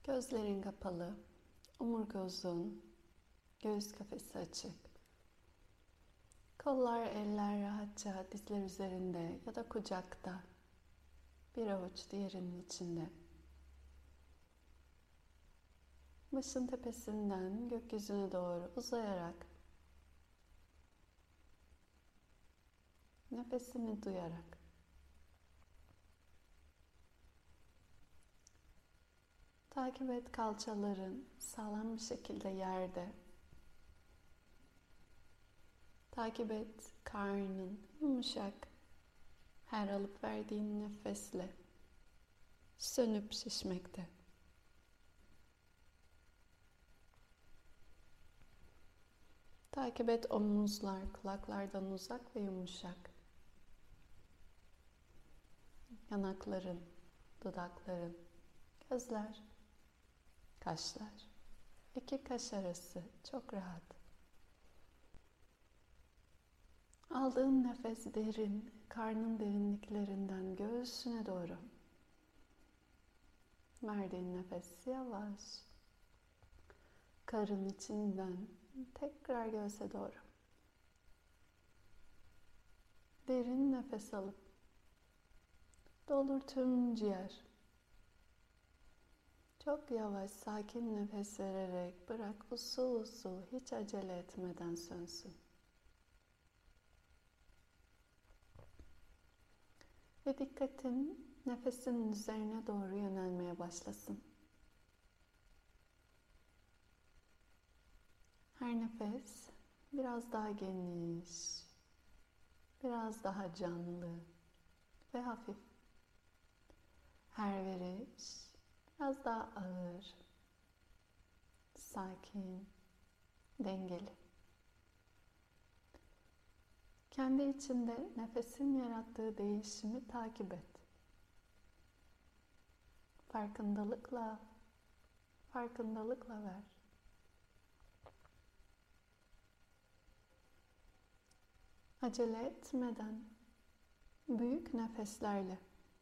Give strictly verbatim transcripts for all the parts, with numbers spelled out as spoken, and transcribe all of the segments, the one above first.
Gözlerin kapalı, omurga uzun, göğüs kafesi açık. Kollar, eller rahatça dizler üzerinde ya da kucakta. Bir avuç diğerinin içinde. Başın tepesinden gökyüzüne doğru uzayarak, nefesini duyarak, takip et kalçaların sağlam bir şekilde yerde. Takip et karnın yumuşak, her alıp verdiğin nefesle sönüp şişmekte. Takip et omuzlar kulaklardan uzak ve yumuşak. Yanakların, dudakların, gözler, kaşlar. İki kaş arası çok rahat. Aldığın nefes derin, karnın derinliklerinden göğsüne doğru. Verdiğin nefes yavaş. Karın içinden tekrar göğse doğru. Derin nefes alıp doldur tüm ciğer. Çok yavaş, sakin nefes vererek bırak usul usul, hiç acele etmeden sönsün. Ve dikkatin nefesinin üzerine doğru yönelmeye başlasın. Her nefes biraz daha geniş, biraz daha canlı ve hafif. Her veriş biraz daha ağır, sakin, dengeli. Kendi içinde nefesin yarattığı değişimi takip et. Farkındalıkla, farkındalıkla ver. Acele etmeden, büyük nefeslerle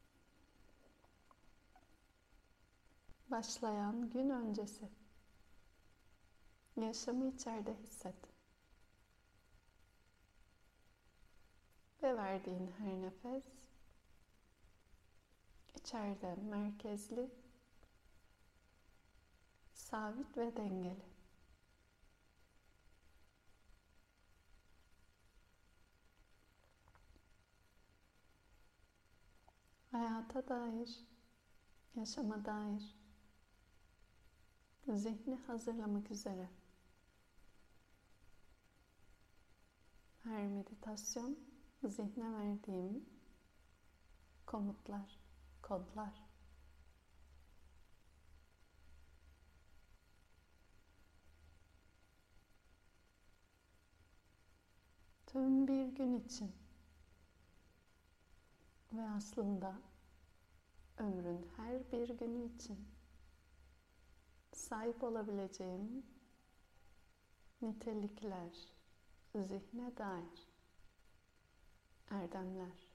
başlayan gün öncesi yaşamı içeride hisset. Ve verdiğin her nefes içeride merkezli, sabit ve dengeli. Hayata dair, yaşama dair zihni hazırlamak üzere. Her meditasyon zihne verdiğim komutlar, kodlar. Tüm bir gün için ve aslında ömrün her bir günü için sahip olabileceğim nitelikler, zihne dair erdemler.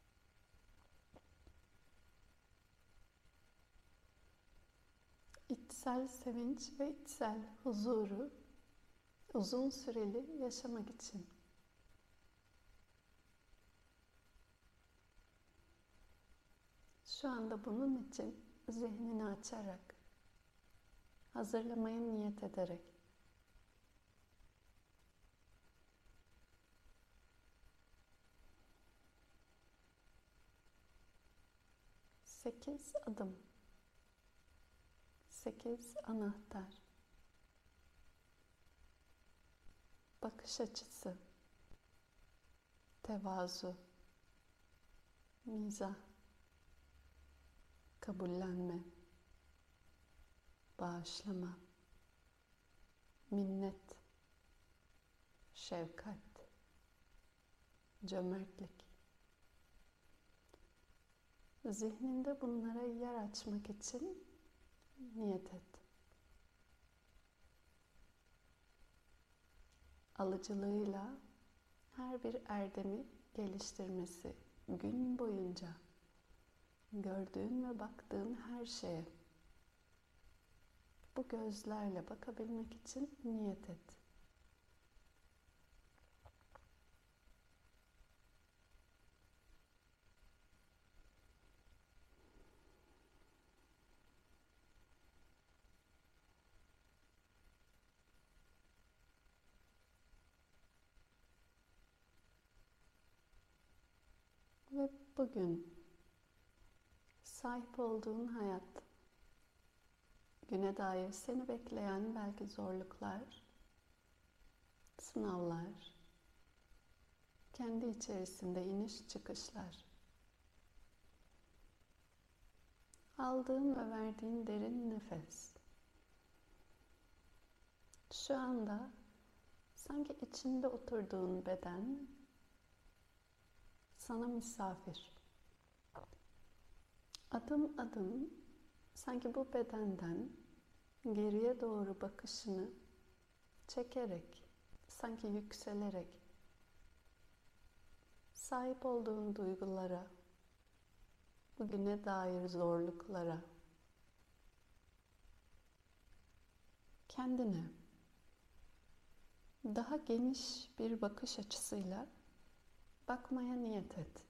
İçsel sevinç ve içsel huzuru uzun süreli yaşamak için. Şu anda bunun için zihnini açarak, hazırlamayı niyet ederek sekiz adım, sekiz anahtar, bakış açısı, tevazu, mizah, kabullenme, bağışlama, minnet, şefkat, cömertlik. Zihninde bunlara yer açmak için niyet et. Alıcılığıyla her bir erdemi geliştirmesi gün boyunca gördüğün ve baktığın her şeye bu gözlerle bakabilmek için niyet et. Ve bugün sahip olduğun hayat, güne dair seni bekleyen belki zorluklar, sınavlar, kendi içerisinde iniş çıkışlar, aldığın ve verdiğin derin nefes, şu anda sanki içinde oturduğun beden sana misafir. Adım adım sanki bu bedenden geriye doğru bakışını çekerek, sanki yükselerek, sahip olduğun duygulara, bugüne dair zorluklara, kendine daha geniş bir bakış açısıyla bakmaya niyet et.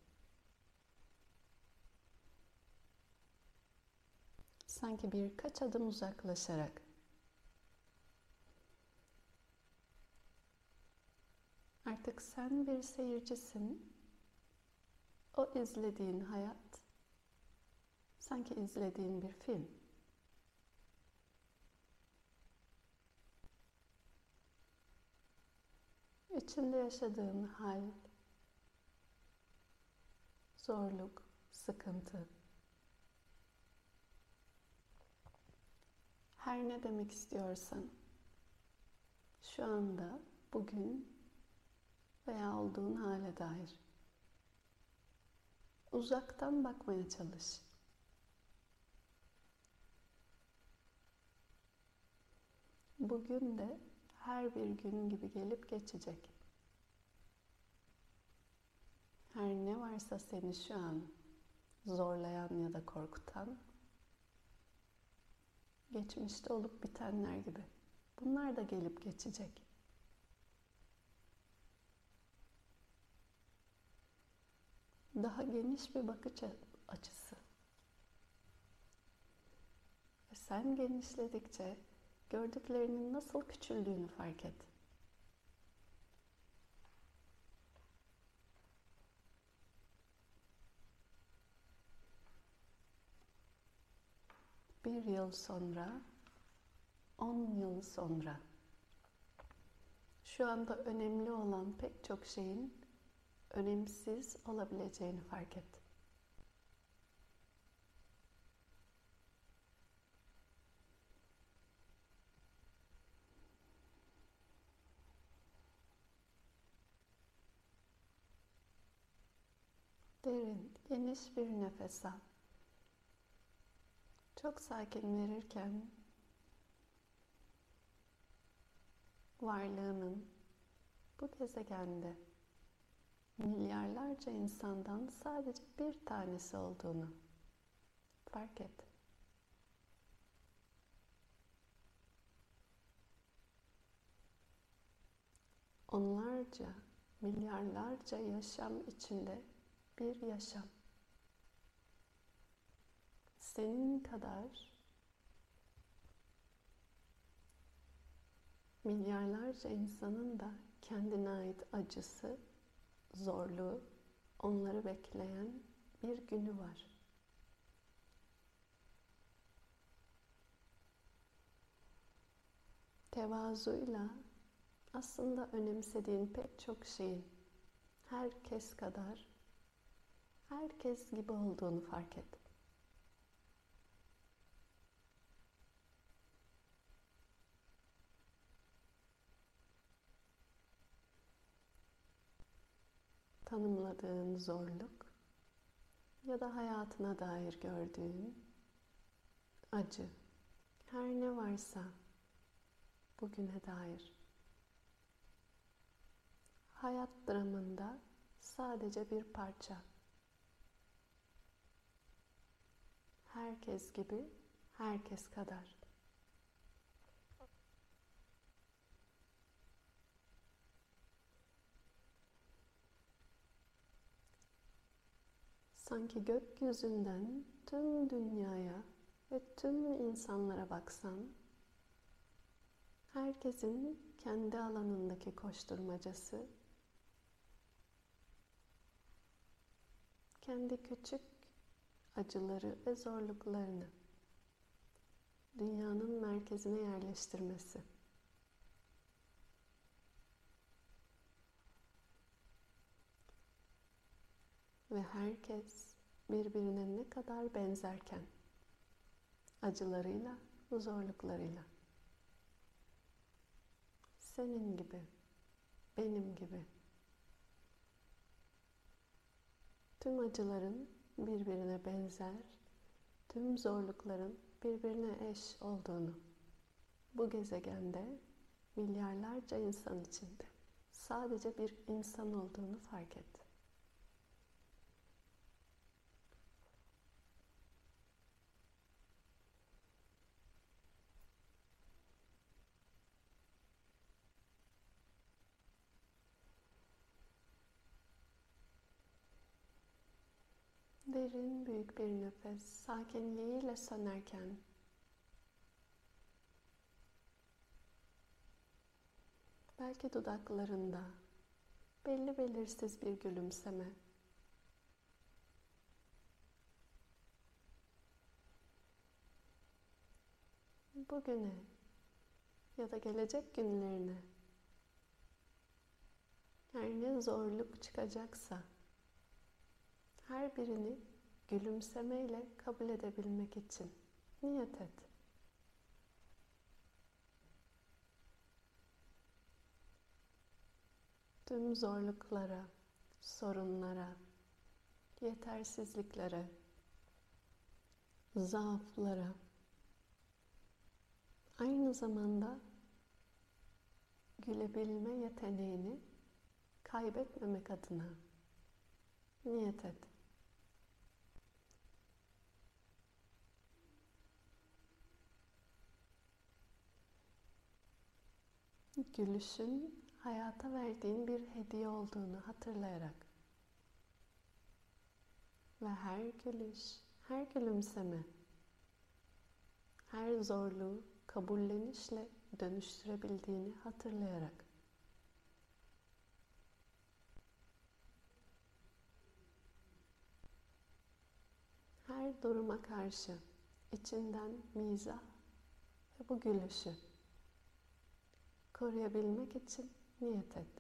Sanki birkaç adım uzaklaşarak, artık sen bir seyircisin, o izlediğin hayat sanki izlediğin bir film. İçinde yaşadığın hal, zorluk, sıkıntı, her ne demek istiyorsan, şu anda, bugün veya olduğun hale dair uzaktan bakmaya çalış. Bugün de her bir gün gibi gelip geçecek. Her ne varsa seni şu an zorlayan ya da korkutan, geçmişte olup bitenler gibi. Bunlar da gelip geçecek. Daha geniş bir bakış açısı. Ve sen genişledikçe gördüklerinin nasıl küçüldüğünü fark et. Bir yıl sonra, on yıl sonra, şu anda önemli olan pek çok şeyin önemsiz olabileceğini fark et. Derin, geniş bir nefes al. Çok sakin verirken varlığının bu gezegende milyarlarca insandan sadece bir tanesi olduğunu fark et. Onlarca, milyarlarca yaşam içinde bir yaşam. Senin kadar milyarlarca insanın da kendine ait acısı, zorluğu, onları bekleyen bir günü var. Tevazuyla aslında önemsediğin pek çok şeyin herkes kadar, herkes gibi olduğunu fark et. Tanımladığın zorluk ya da hayatına dair gördüğün acı, her ne varsa bugüne dair. Hayat dramında sadece bir parça. Herkes gibi, herkes kadar. Sanki gökyüzünden tüm dünyaya ve tüm insanlara baksan, herkesin kendi alanındaki koşturmacası, kendi küçük acıları ve zorluklarını dünyanın merkezine yerleştirmesi. Ve herkes birbirine ne kadar benzerken, acılarıyla, zorluklarıyla. Senin gibi, benim gibi. Tüm acıların birbirine benzer, tüm zorlukların birbirine eş olduğunu, bu gezegende milyarlarca insan içinde sadece bir insan olduğunu fark et. Derin büyük bir nefes sakinliğiyle sönerken belki dudaklarında belli belirsiz bir gülümseme, bugüne ya da gelecek günlerine her ne zorluk çıkacaksa her birini gülümsemeyle kabul edebilmek için niyet et. Tüm zorluklara, sorunlara, yetersizliklere, zaaflara, aynı zamanda gülebilme yeteneğini kaybetmemek adına niyet et. Gülüşün hayata verdiğin bir hediye olduğunu hatırlayarak ve her gülüş, her gülümseme, her zorluğu kabullenişle dönüştürebildiğini hatırlayarak her duruma karşı içinden mizah ve bu gülüşü koruyabilmek için niyet et.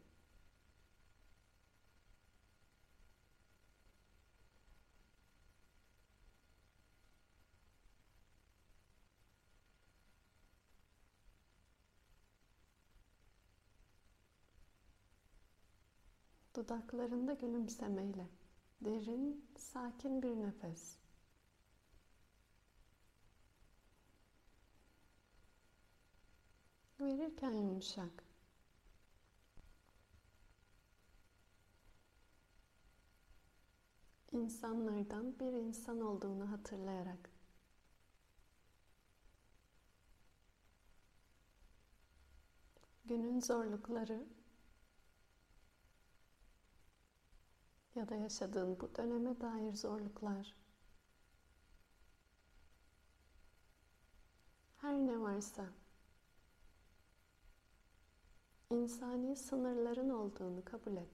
Dudaklarında gülümsemeyle derin, sakin bir nefes. Verirken yumuşak. İnsanlardan bir insan olduğunu hatırlayarak günün zorlukları ya da yaşadığın bu döneme dair zorluklar, her ne varsa insani sınırların olduğunu kabul et.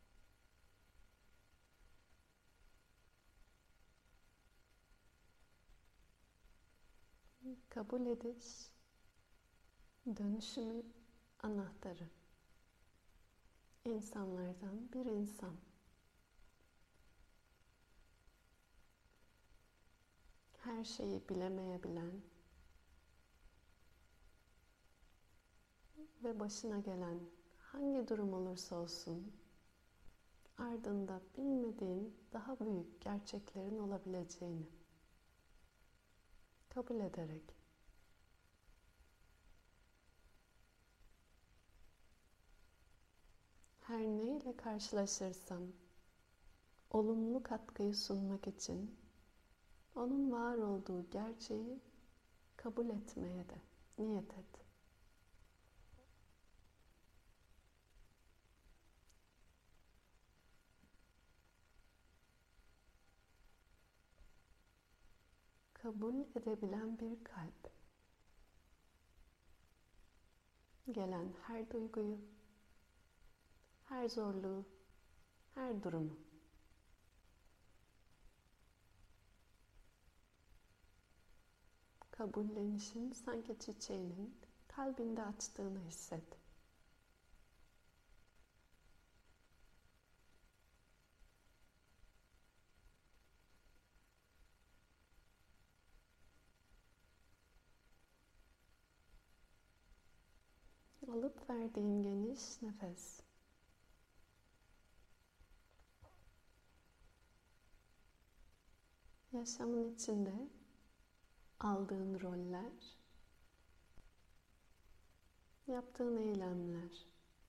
Kabul ediş, dönüşümün anahtarı. İnsanlardan bir insan. Her şeyi bilemeyebilen ve başına gelen hangi durum olursa olsun, ardında bilmediğin daha büyük gerçeklerin olabileceğini kabul ederek her neyle karşılaşırsam olumlu katkıyı sunmak için onun var olduğu gerçeği kabul etmeye de niyet et. kabul edebilen bir kalp. Gelen her duyguyu, her zorluğu, her durumu. Kabullenişin sanki çiçeğinin kalbinde açtığını hisset. Alıp verdiğin geniş nefes. Yaşamın içinde aldığın roller, yaptığın eylemler,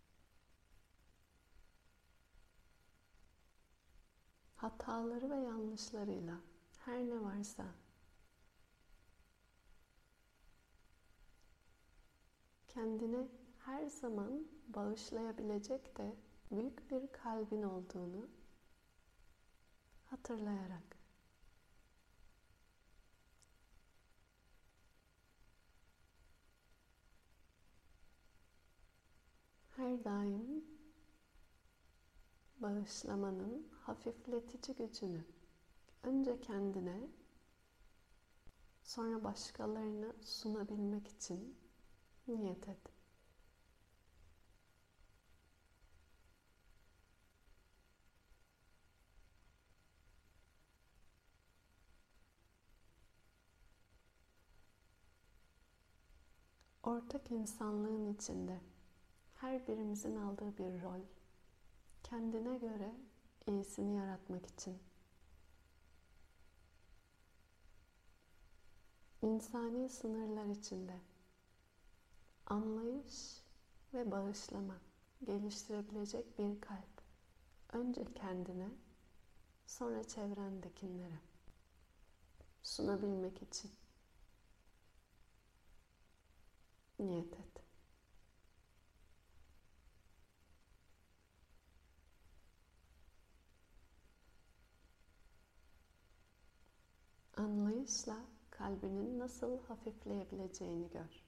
hataları ve yanlışlarıyla her ne varsa kendine her zaman bağışlayabilecek de büyük bir kalbin olduğunu hatırlayarak her daim bağışlamanın hafifletici gücünü önce kendine, sonra başkalarına sunabilmek için niyet et. Ortak insanlığın içinde her birimizin aldığı bir rol, kendine göre iyisini yaratmak için. İnsani sınırlar içinde anlayış ve bağışlama geliştirebilecek bir kalp. Önce kendine, sonra çevrendekilere sunabilmek için niyet et. Anlayışla kalbinin nasıl hafifleyebileceğini gör.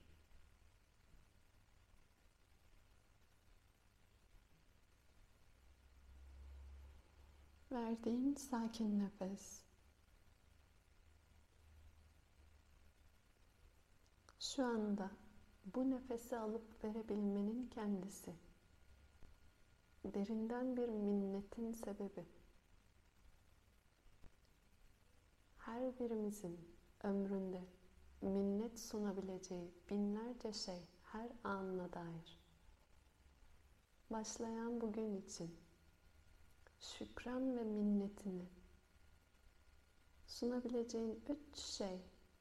Verdiğin sakin nefes, şu anda bu nefesi alıp verebilmenin kendisi, derinden bir minnetin sebebi. Her birimizin ömründe minnet sunabileceği binlerce şey her anına dair. Başlayan bugün için şükran ve minnetini sunabileceğin üç şey,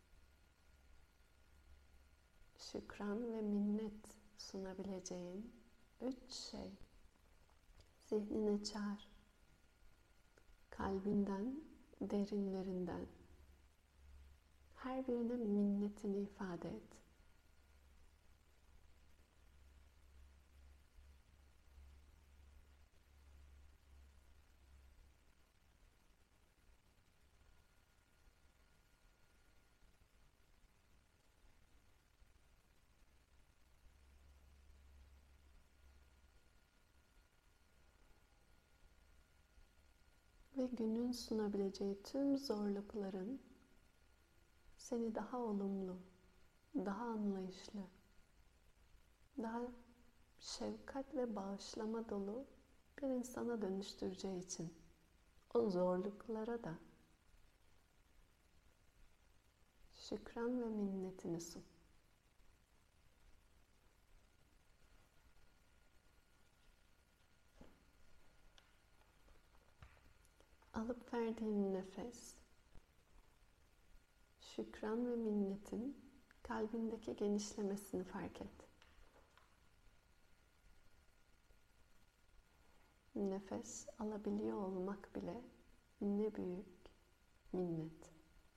şükran ve minnet sunabileceğin üç şey zihnine çağır. Kalbinden, derinlerinden her birine minnetini ifade et. Ve günün sunabileceği tüm zorlukların seni daha olumlu, daha anlayışlı, daha şefkat ve bağışlama dolu bir insana dönüştüreceği için o zorluklara da şükran ve minnetini sun. Alıp verdiğin nefes, şükran ve minnetin kalbindeki genişlemesini fark et. Nefes alabiliyor olmak bile ne büyük minnet.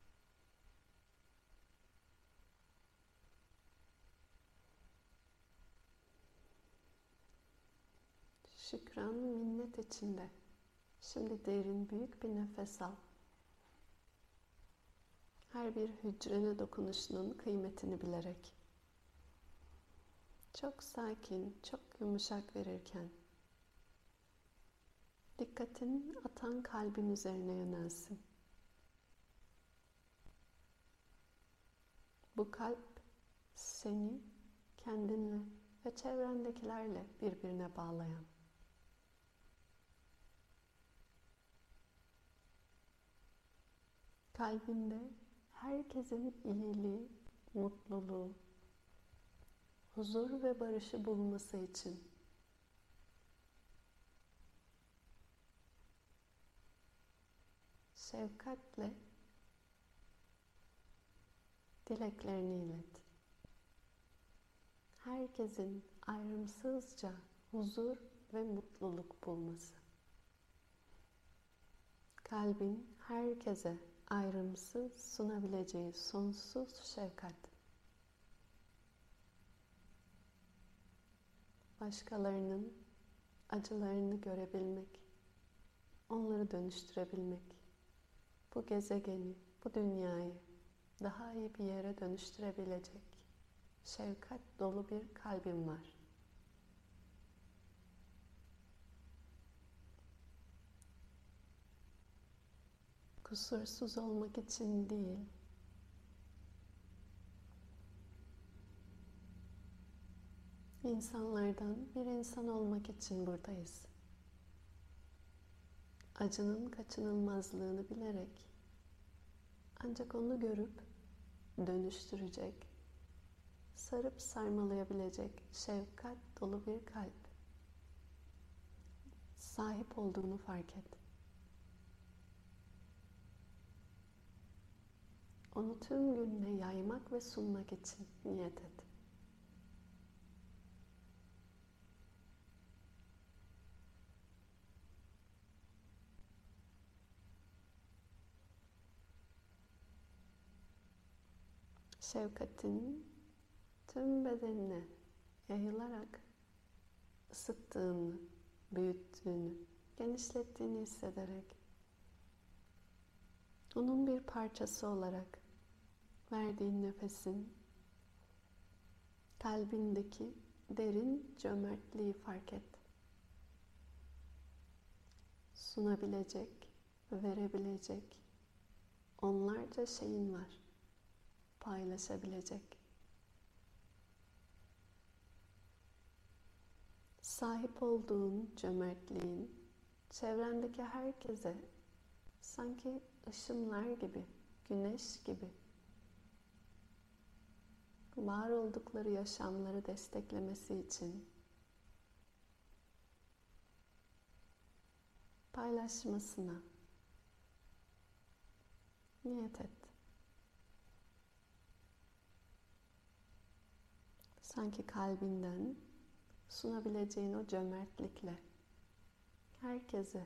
Şükran, minnet içinde. Şimdi derin büyük bir nefes al. her bir hücrene dokunuşunun kıymetini bilerek, çok sakin, çok yumuşak verirken, dikkatin atan kalbin üzerine yönelsin. Bu kalp seni kendinle ve çevrendekilerle birbirine bağlayan, kalbinde herkesin iyiliği, mutluluğu, huzur ve barışı bulması için şefkatle dileklerini ilet. Herkesin ayrımsızca huzur ve mutluluk bulması. Kalbin herkese ayrımsız sunabileceği sonsuz şefkat. Başkalarının acılarını görebilmek, onları dönüştürebilmek, bu gezegeni, bu dünyayı daha iyi bir yere dönüştürebilecek şefkat dolu bir kalbim var. Kusursuz olmak için değil, insanlardan bir insan olmak için buradayız. Acının kaçınılmazlığını bilerek, ancak onu görüp dönüştürecek, sarıp sarmalayabilecek şefkat dolu bir kalp. Sahip olduğunu fark et. Onu tüm gününe yaymak ve sunmak için niyet et. Şefkatin tüm bedenine yayılarak ısıttığını, büyüttüğünü, genişlettiğini hissederek, onun bir parçası olarak verdiğin nefesin kalbindeki derin cömertliği fark et. Sunabilecek, verebilecek onlarca şeyin var. Paylaşabilecek. Sahip olduğun cömertliğin çevrendeki herkese sanki ışınlar gibi, güneş gibi var oldukları yaşamları desteklemesi için paylaşmasına niyet et. Sanki kalbinden sunabileceğin o cömertlikle herkese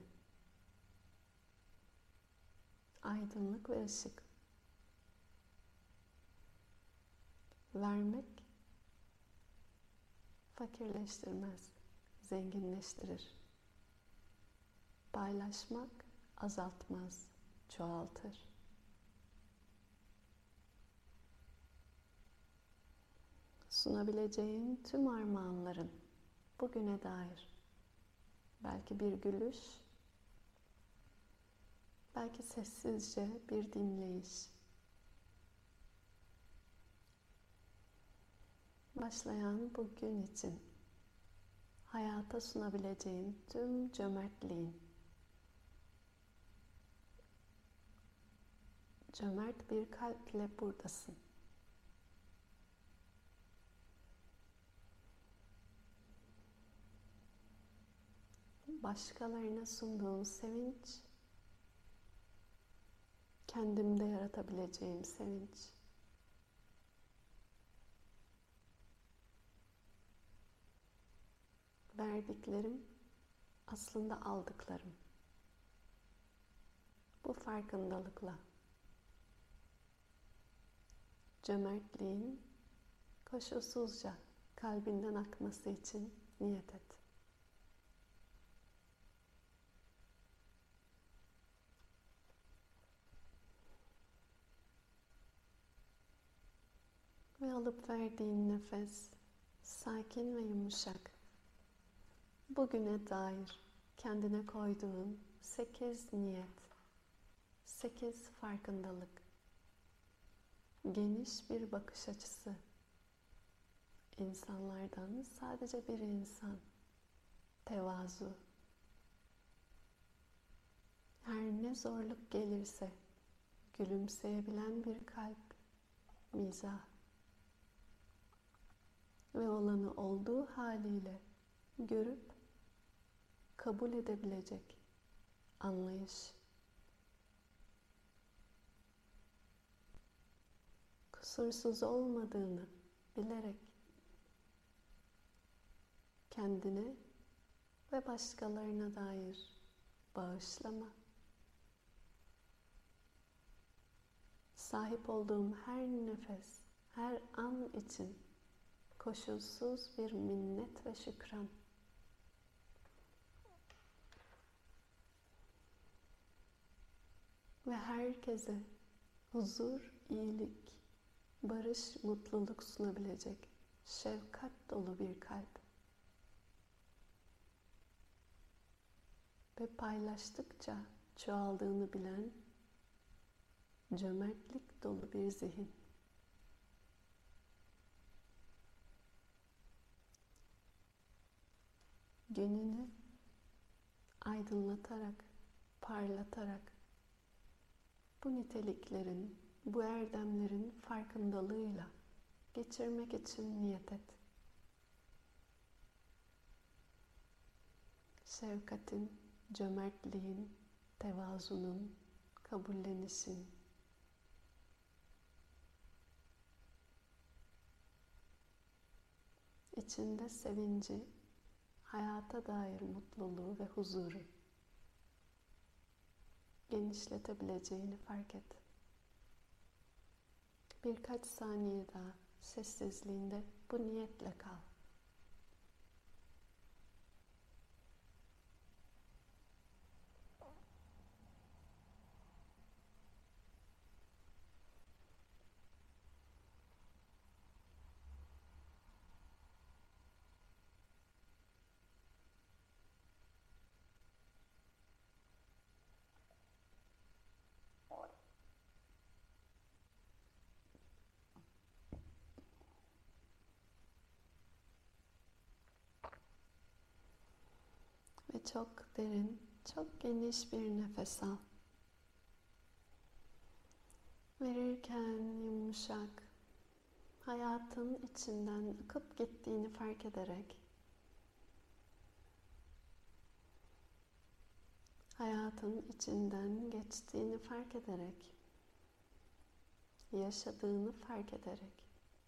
aydınlık ve ışık vermek fakirleştirmez, zenginleştirir. Paylaşmak azaltmaz, çoğaltır. Sunabileceğin tüm armağanların bugüne dair belki bir gülüş, belki sessizce bir dinleyiş, başlayan bu gün için hayata sunabileceğin tüm cömertliğin, cömert bir kalple buradasın. Başkalarına sunduğun sevinç, kendimde yaratabileceğim sevinç. Verdiklerim aslında aldıklarım. Bu farkındalıkla cömertliğin koşulsuzca kalbinden akması için niyet et. alıp verdiğin nefes sakin ve yumuşak. Bugüne dair kendine koyduğun sekiz niyet, sekiz farkındalık, geniş bir bakış açısı, insanlardan sadece bir insan, tevazu, her ne zorluk gelirse gülümseyebilen bir kalp, mizah ve olanı olduğu haliyle görüp kabul edebilecek anlayış, kusursuz olmadığını bilerek kendine ve başkalarına dair bağışlama, sahip olduğum her nefes, her an için koşulsuz bir minnet ve şükran. Ve herkese huzur, iyilik, barış, mutluluk sunabilecek şefkat dolu bir kalp. Ve paylaştıkça çoğaldığını bilen cömertlik dolu bir zihin. Gününü aydınlatarak, parlatarak bu niteliklerin, bu erdemlerin farkındalığıyla geçirmek için niyet et. Şefkatin, cömertliğin, tevazunun, kabullenişin, içinde sevinci, hayata dair mutluluğu ve huzuru genişletebileceğini fark et. Birkaç saniye daha sessizliğinde bu niyetle kal. Ve çok derin, çok geniş bir nefes al. Verirken yumuşak, hayatın içinden akıp gittiğini fark ederek, hayatın içinden geçtiğini fark ederek, yaşadığını fark ederek,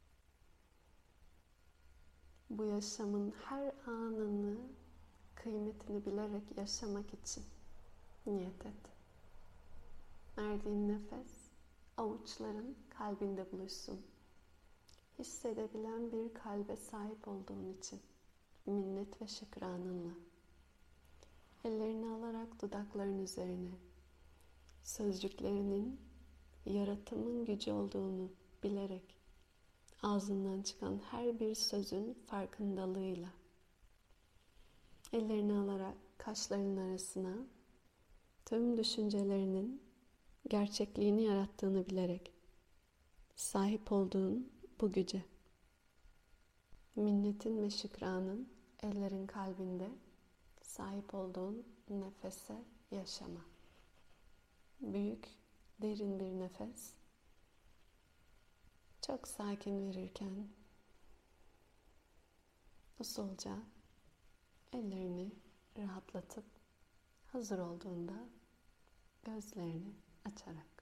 bu yaşamın her anını, kıymetini bilerek yaşamak için niyet et. Verdiğin nefes, avuçların kalbinde buluşsun. Hissedebilen bir kalbe sahip olduğun için minnet ve şükranınla. Ellerini alarak dudakların üzerine, sözcüklerinin yaratımın gücü olduğunu bilerek, ağzından çıkan her bir sözün farkındalığıyla, ellerini alarak kaşlarının arasına, tüm düşüncelerinin gerçekliğini yarattığını bilerek, sahip olduğun bu güce, minnetin ve şükranın ellerin kalbinde, sahip olduğun nefese yaşama. Büyük, derin bir nefes. Çok sakin verirken usulca ellerini rahatlatıp hazır olduğunda gözlerini açarak.